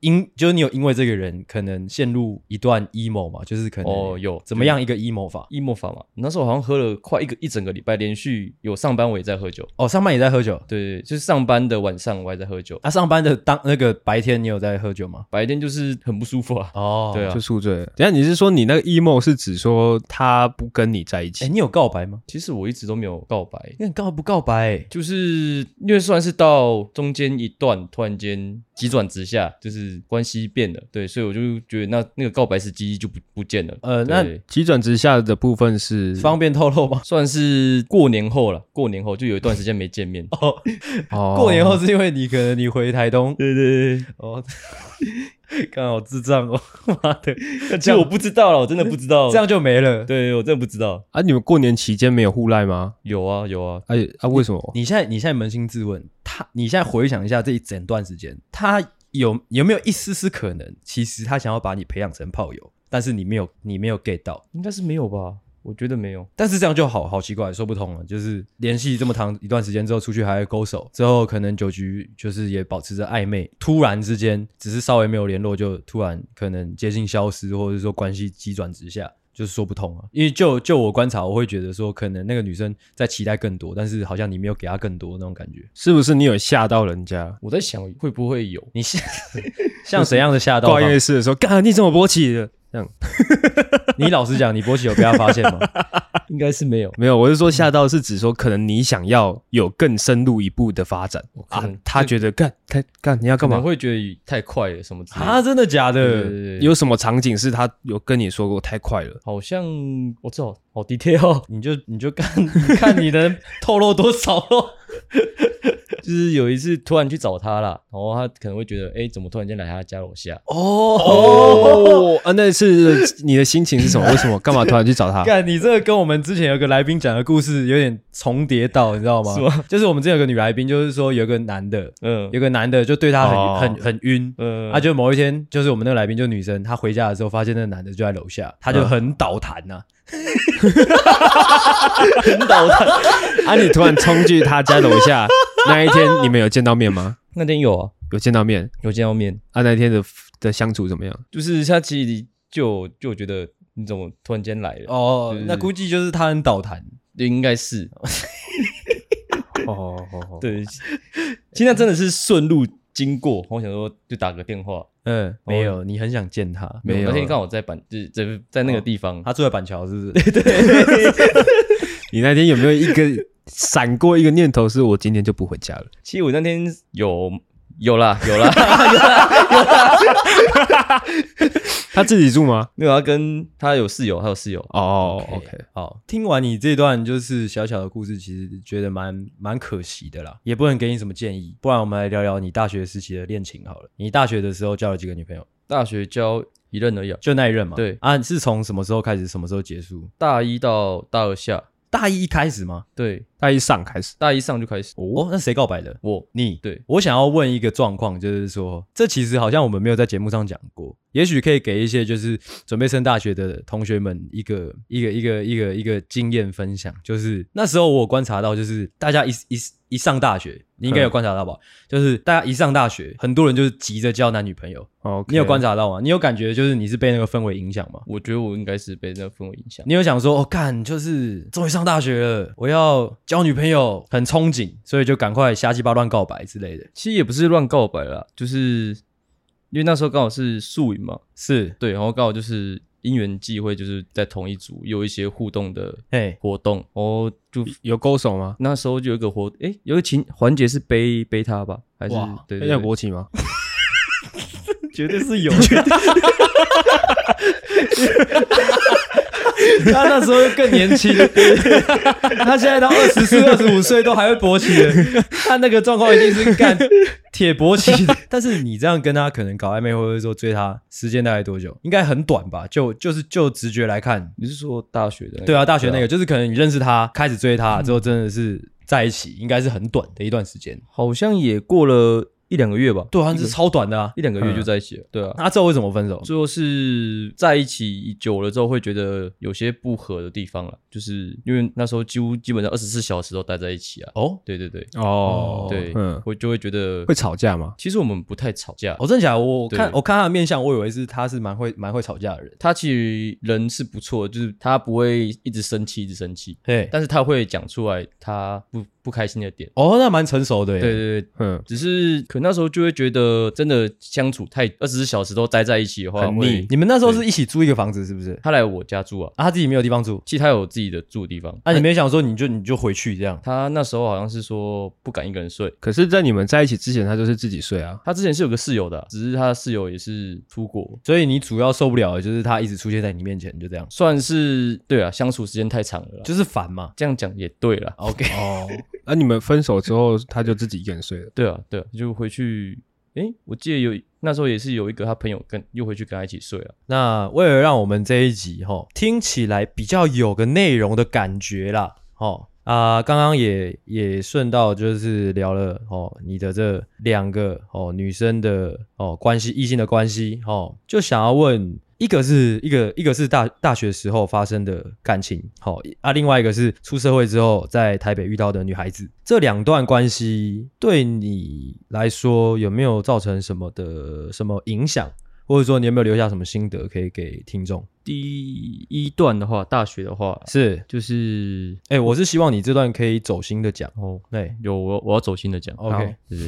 因就是你有因为这个人可能陷入一段 emo 嘛，就是可能
哦有
怎么样一个 emo 法
emo 法嘛，那时候好像喝了快一个一整个礼拜，连续有上班我也在喝酒。
哦，上班也在喝酒，
对，就是上班的晚上我还在喝酒。
啊，上班的当那个白天你有在喝酒吗？
白天就是很不舒服啊。
哦，
对啊
就宿醉了。等一下你是说你那个 emo 是指说他不跟你在一起？
哎，你有告白吗？
其实我一直都没有告白，
你告不告白？
就是因为算是到中间一段突然间急转直下，就是关系变了，对，所以我就觉得那那个告白时机就不不见了。
呃，那
对
急转直下的部分是
方便透露吗？
算是过年后了，过年后就有一段时间没见面。
哦，
哦
过年后是因为你可能你回台东，
对对对，
哦，刚好智障哦，妈的，
其实我不知道了，我真的不知道，
这样就没了。
对我真的不知道。
啊，你们过年期间没有互赖吗？
有啊有啊，
哎啊，为什么？
你现在你现在扪心自问，他你现在回想一下这一整段时间，他有有没有一丝丝可能，其实他想要把你培养成炮友，但是你没有你没有 get 到，
应该是没有吧？我觉得没有。
但是这样就好好奇怪，说不通了。就是联系这么长一段时间之后，出去还会勾手，之后可能酒局就是也保持着暧昧，突然之间只是稍微没有联络，就突然可能接近消失，或者说关系急转直下。就是说不通啊，因为就就我观察，我会觉得说，可能那个女生在期待更多，但是好像你没有给她更多那种感觉。
是不是你有吓到人家？
我在想会不会有
你像像怎样的吓到
挂
法？
夜市的时候，干你怎么勃起的？这样，
你老实讲，你勃起有被他发现吗？
应该是没有。
没有，我是说吓到是指说，可能你想要有更深入一步的发展啊
可能，
他觉得干他干你要干嘛
可能？会觉得太快了什么之类的。
啊，真的假
对对
的？
对对，
有什么场景是他有跟你说过太快了？
好像我知道，好 detail，
你就你就看看你能透露多少咯。
就是有一次突然去找他啦，然后他可能会觉得，哎，怎么突然间来他家楼下？
哦，
哦，啊，那是你的心情是什么？为什么？干嘛突然去找他？
干你这个跟我们之前有个来宾讲的故事有点重叠到，你知道吗？
是吗？
就是我们之前有个女来宾，就是说有个男的，
嗯
有个男的就对她很、
哦
很很晕。
嗯
啊，就某一天，就是我们那个来宾，就女生，她回家的时候发现那个男的就在楼下，她就很倒弹呐、
很倒弹。
啊，你突然冲去他家楼下，那一天你们有见到面吗？
那天有啊，
有见到面
有见到面，
啊？那天的的相处怎么样？
就是他其实就就觉得你怎么突然间来了？
哦，
就是
那估计就是她很倒弹。
应该是
哦哦哦，
对，现在真的是顺路经过，我想说就打个电话。
嗯，没有，你很想见她，
没有
那天刚好在板，就是在在那个地方，
她住在板桥，是不是？
你那天有没有一个闪过一个念头，是我今天就不回家了？
其实我那天有有啦有啦，
他自己住吗？
没有，他跟他有室友，还有室友。
哦
OK
，OK，
好，听完你这段就是小小的故事，其实觉得蛮蛮可惜的啦，也不能给你什么建议，不然我们来聊聊你大学时期的恋情好了。你大学的时候交了几个女朋友？
大学交一任而已啊，
就那一任嘛？
对
啊，是从什么时候开始，什么时候结束？
大一到大二下，
大一开始吗？
对，
大一上开始，
大一上就开始。
哦，那谁告白的？
我
你。
对，
我想要问一个状况，就是说，这其实好像我们没有在节目上讲过，也许可以给一些就是准备升大学的同学们一个一个一个一个一个经验分享。就是那时候我有观察到，就是大家一一一上大学，你应该有观察到吧？就是大家一上大学，很多人就是急着交男女朋友。
哦，
你有观察到吗？你有感觉就是你是被那个氛围影响吗？
我觉得我应该是被那个氛围影响。
你有想说，哦，干，就是终于上大学了，我要交女朋友，很憧憬，所以就赶快瞎鸡巴乱告白之类的。
其实也不是乱告白啦，就是因为那时候刚好是宿营嘛，
是，
对，然后刚好就是因缘际会，就是在同一组有一些互动的
嘿，
活动，然后就
有勾手吗？
那时候就有一个活，诶，有一个情环节是背背他吧，还是
哇
要
对对对，
勃起吗？
绝对是有。他那时候更年轻，他现在到二十四、二十五岁都还会勃起的，他那个状况一定是干铁勃起的。但是你这样跟他可能搞暧昧，或者说追他，时间大概多久？应该很短吧？就就是就直觉来看，
你是说大学的那个？
对啊，大学那个就是可能你认识他，开始追他之后，真的是在一起，应该是很短的一段时间。
好像也过了一两个月吧。
对啊，这是超短的啊，
一两个月就在一起了。嗯、对啊，
那之后为什么分手？
最后是在一起久了之后，会觉得有些不合的地方了，就是因为那时候几乎基本上二十四小时都待在一起啊。
哦，
对对对，
哦，
对，
嗯，
我就会觉得
会吵架吗？
其实我们不太吵架。
哦，真的假的？我看
对
我看他的面相，我以为是他是蛮会蛮会吵架的人。
他其实人是不错的，就是他不会一直生气，一直生气，
对，
但是他会讲出来他不不开心的点。
哦，那蛮成熟的耶。
对对对，
嗯，
只是可那时候就会觉得，真的相处太二十四小时都待在一起的话，
很腻
会
你们那时候是一起租一个房子是不是？
他来我家住啊，
啊，他自己没有地方住，
其实他有自己的住的地方。
啊，你没想说你就你就回去这样？
他那时候好像是说不敢一个人睡，
可是，在你们在一起之前，他就是自己睡啊。
他之前是有个室友的啊，只是他的室友也是出国，
所以你主要受不了的就是他一直出现在你面前，就这样，
算是对啊，相处时间太长了啦，
就是烦嘛。
这样讲也对啦。
OK，
哦，那、啊、你们分手之后，他就自己一个人睡了。
对啊，对啊，就回去。诶，我记得有那时候也是有一个他朋友跟又回去跟他一起睡了。
那为了让我们这一集齁听起来比较有个内容的感觉啦，齁啊，刚刚也也顺道就是聊了哦，你的这两个哦女生的哦关系，异性的关系哦，就想要问。一个是一个一个是大大学时候发生的感情，好啊，另外一个是出社会之后在台北遇到的女孩子。这两段关系对你来说有没有造成什么的什么影响，或者说你有没有留下什么心得可以给听众？
第一段的话，大学的话
是
就是
哎、欸，我是希望你这段可以走心的讲
哦，
对，
有我我要走心的讲
，OK，
就是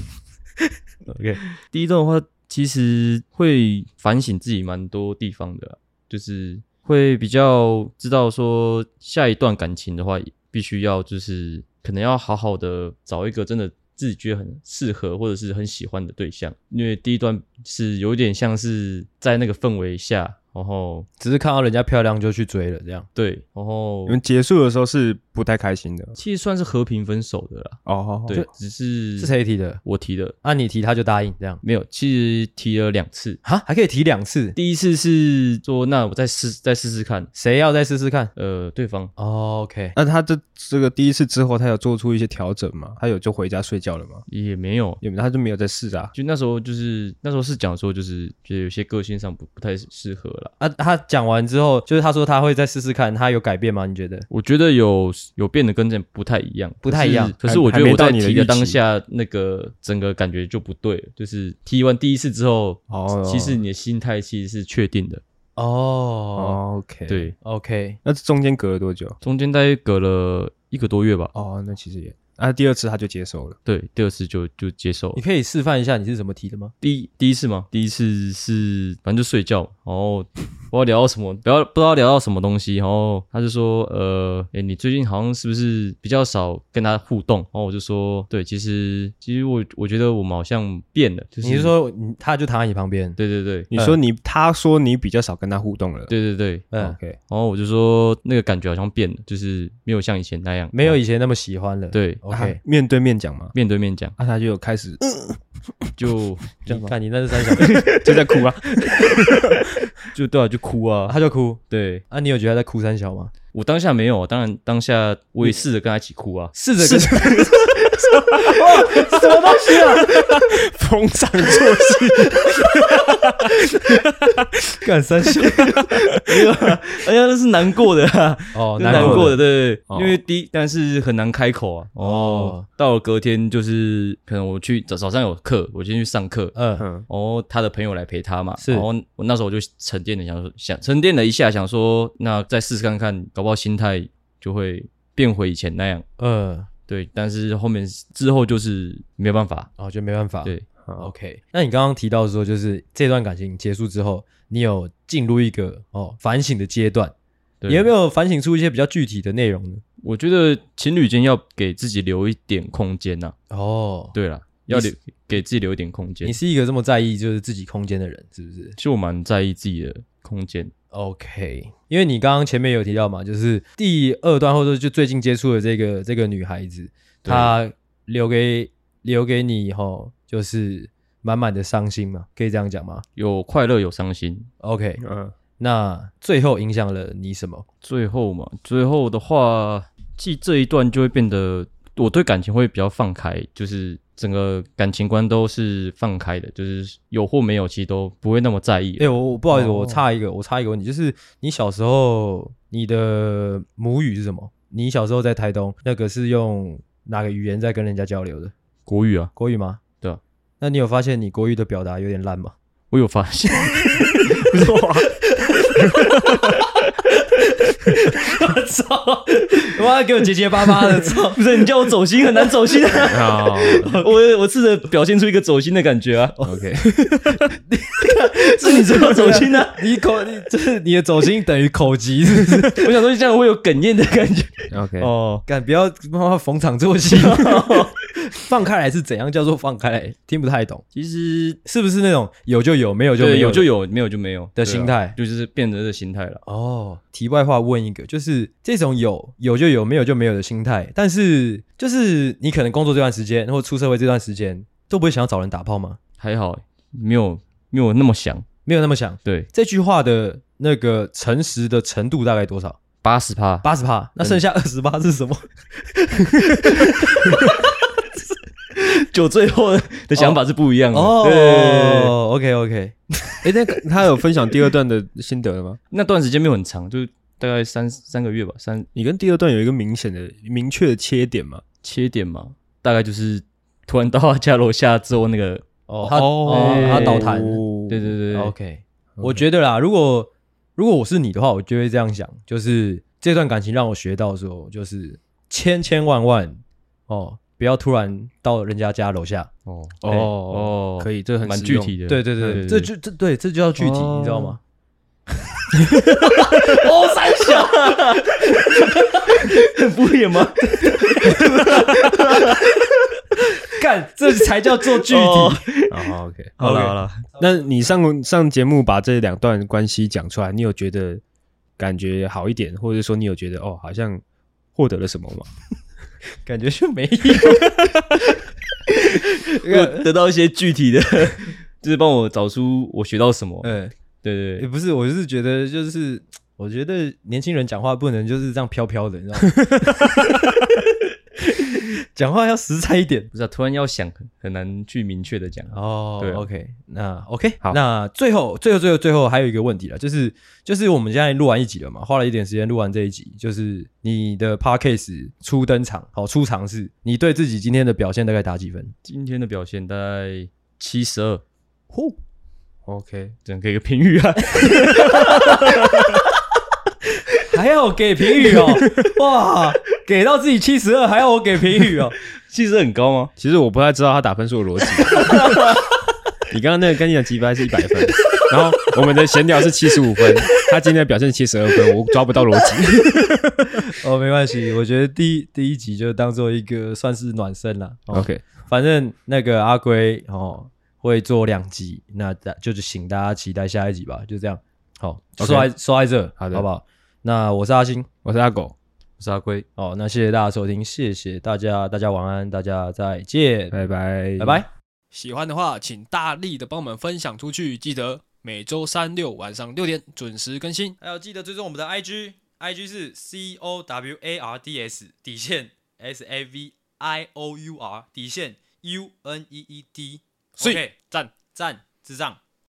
OK，
第一段的话。其实会反省自己蛮多地方的啦，就是会比较知道说下一段感情的话，必须要就是可能要好好的找一个真的自己觉得很适合或者是很喜欢的对象，因为第一段是有点像是在那个氛围下，然后
只是看到人家漂亮就去追了这样。
对，然后
你们结束的时候是不太开心的，
其实算是和平分手的啦。
哦，
对，只是
是谁提的？
我提的。
啊，你提他就答应这样？
没有，其实提了两次
哈，还可以提两次。
第一次是说，那我再试再试试看，
谁要再试试看？
呃，对方。
哦 OK，
那他这这个第一次之后，他有做出一些调整吗？他有就回家睡觉了吗？
也没有，
也他就没有在试啊。
就那时候就是那时候是讲说，就是觉得有些个性上不不太适合啦。
啊，他讲完之后，就是他说他会再试试看，他有改变吗？你觉得？
我觉得有有变得跟这不太一样，
不太一样。
可是我觉得我在提的当下，那个整个感觉就不对了。就是提完第一次之后，哦，其实你的心态其实是确定的。
哦
，OK，
对
，OK，
那中间隔了多久？
中间大概隔了一个多月吧。
哦，那其实也。啊，第二次他就接受了。
对，第二次就就接受了。
你可以示范一下你是怎么提的吗？
第一第一次吗？第一次是反正就睡觉，然后不知道聊到什么，不要不知道聊到什么东西，然后他就说，呃，诶，你最近好像是不是比较少跟他互动？然后我就说，对，其实其实我我觉得我们好像变了。就是、
你是说他就躺在你旁边？
对对对，
你说你、嗯、他说你比较少跟他互动了。
对对对，
嗯
，OK。
然后我就说那个感觉好像变了，就是没有像以前那样，
没有以前那么喜欢了。
对
，OK，、
啊、面对面讲嘛，
面对面讲，
啊，他就有开始。
就
这样看你那是三小
就在哭啊，
就对啊，就哭啊，
他就哭。
对，
啊，你有觉得他在哭三小吗？
我当下没有，当然当下我也试着跟他一起哭啊，
试着跟哇，什么东西啊？
逢场作戏，
干三小，
没有啊，哎呀，那是难过的啊，
哦，
难过的，对，对
哦、
因为第一，但是很难开口啊。哦，到了隔天就是可能我去早早上有课，我先去上课，
嗯，
然后他的朋友来陪他嘛，
是，
然后我那时候我就沉淀了，想说想沉淀了一下，想说那再试试看看，搞不好心态就会变回以前那样，
嗯。
对，但是后面之后就是没有办法，
哦，就没办法。
对
，OK。那你刚刚提到说，就是这段感情结束之后，你有进入一个哦反省的阶段，你有没有反省出一些比较具体的内容呢？
我觉得情侣间要给自己留一点空间呐、
啊。哦，
对啦，要留给自己留一点空间。
你是一个这么在意就是自己空间的人，是不是？
其实我蛮在意自己的空间。
OK， 因为你刚刚前面有提到嘛，就是第二段或者就最近接触的这个这个女孩子，她留给留给你齁，就是满满的伤心嘛，可以这样讲吗？
有快乐有伤心。
OK， 嗯，那最后影响了你什么？
最后嘛，最后的话，记这一段就会变得我对感情会比较放开，就是整个感情观都是放开的，就是有或没有，其实都不会那么在意。
哎、欸，我我不好意思，
哦
我插一个，我插一个问题，就是你小时候你的母语是什么？你小时候在台东，那个是用哪个语言在跟人家交流的？
国语啊，
国语吗？
对啊。
那你有发现你国语的表达有点烂吗？
我有发现，
不是我。
我操！妈给我结结巴巴的，操！
不是你叫我走心很难走心啊！我我试着表现出一个走心的感觉啊。
OK，
是你说要走心啊？
你口你就是你的走心等于口疾，是不是？
我想说这样会有哽咽的感觉。
OK，
哦，
干不要妈妈逢场作戏。放开来是怎样叫做放开来？听不太懂。
其实
是不是那种有就有，没有就没有，
有就有，没有就没有
的心态、啊？
就是变成这个心态了。
哦，题外话问一个，就是这种有有就有，没有就没有的心态，但是就是你可能工作这段时间，或出社会这段时间，都不会想要找人打炮吗？
还好，没有没有那么想，
没有那么想。
对，
这句话的那个诚实的程度大概多少？
八十趴，
八十趴。那剩下二十趴是什么？
就最后的想法是不一样的
哦。哦 ，OK OK。
哎，那他有分享第二段的心得了吗？
那段时间没有很长，就大概三三个月吧。三，
你跟第二段有一个明显的、明确的切点吗？
切点嘛，大概就是突然到他家楼下之后那个
哦，他哦他倒弹，
对对对
，OK。我觉得啦，如果如果我是你的话，我就会这样想，就是这段感情让我学到说，就是千千万万哦。不要突然到人家家楼下
哦哦哦，可以，这很
蛮具体的。
对对 对, 对, 对，这就这对这就叫具体，哦、你知道吗？
哦，三小，很敷衍吗？
干，这才叫做具体。
哦哦、OK，
好了好了，
那你上上节目把这两段关系讲出来，你有觉得感觉好一点，或者说你有觉得哦，好像获得了什么吗？
感觉就没
有，我得到一些具体的，就是帮我找出我学到什么。
嗯，
对对对，
也不是，我是觉得就是，我觉得年轻人讲话不能就是这样飘飘的，你知道吗？讲话要实在一点，
不是、啊、突然要想很难去明确的讲
哦。
对、啊、
，OK， 那 OK，
好，
那最后最后最后最后还有一个问题了，就是就是我们现在录完一集了嘛，花了一点时间录完这一集，就是你的 Podcast 初登场，好初尝试，你对自己今天的表现大概打几分？
今天的表现大概七十二，
呼
，OK，
这样给个评语啊。
还要我给评语哦，哇，给到自己七十二，还要我给评语哦，
七十二很高吗？
其实我不太知道他打分数的逻辑。你刚刚那个跟你的击败是一百分，然后我们的闲聊是七十五分，他今天的表现七十二分，我抓不到逻辑。
哦，没关系，我觉得第第一集就当做一个算是暖身啦。
哦、OK，
反正那个阿龟哦会做两集，那就是请大家期待下一集吧，就这样。好，
okay,
说在说在这，
好的，
好不好？那我是阿星，
我是阿狗，
我是阿龟。
哦，那谢谢大家收听，谢谢大家，大家晚安，大家再见，
拜拜，
拜拜。
喜欢的话，请大力的帮我们分享出去，记得每周三六晚上六点准时更新，
还有记得追踪我们的 I G，I G 是 C O W A R D S 底线 S A V I O U R 底线 U N E E D，
所以赞
赞智障。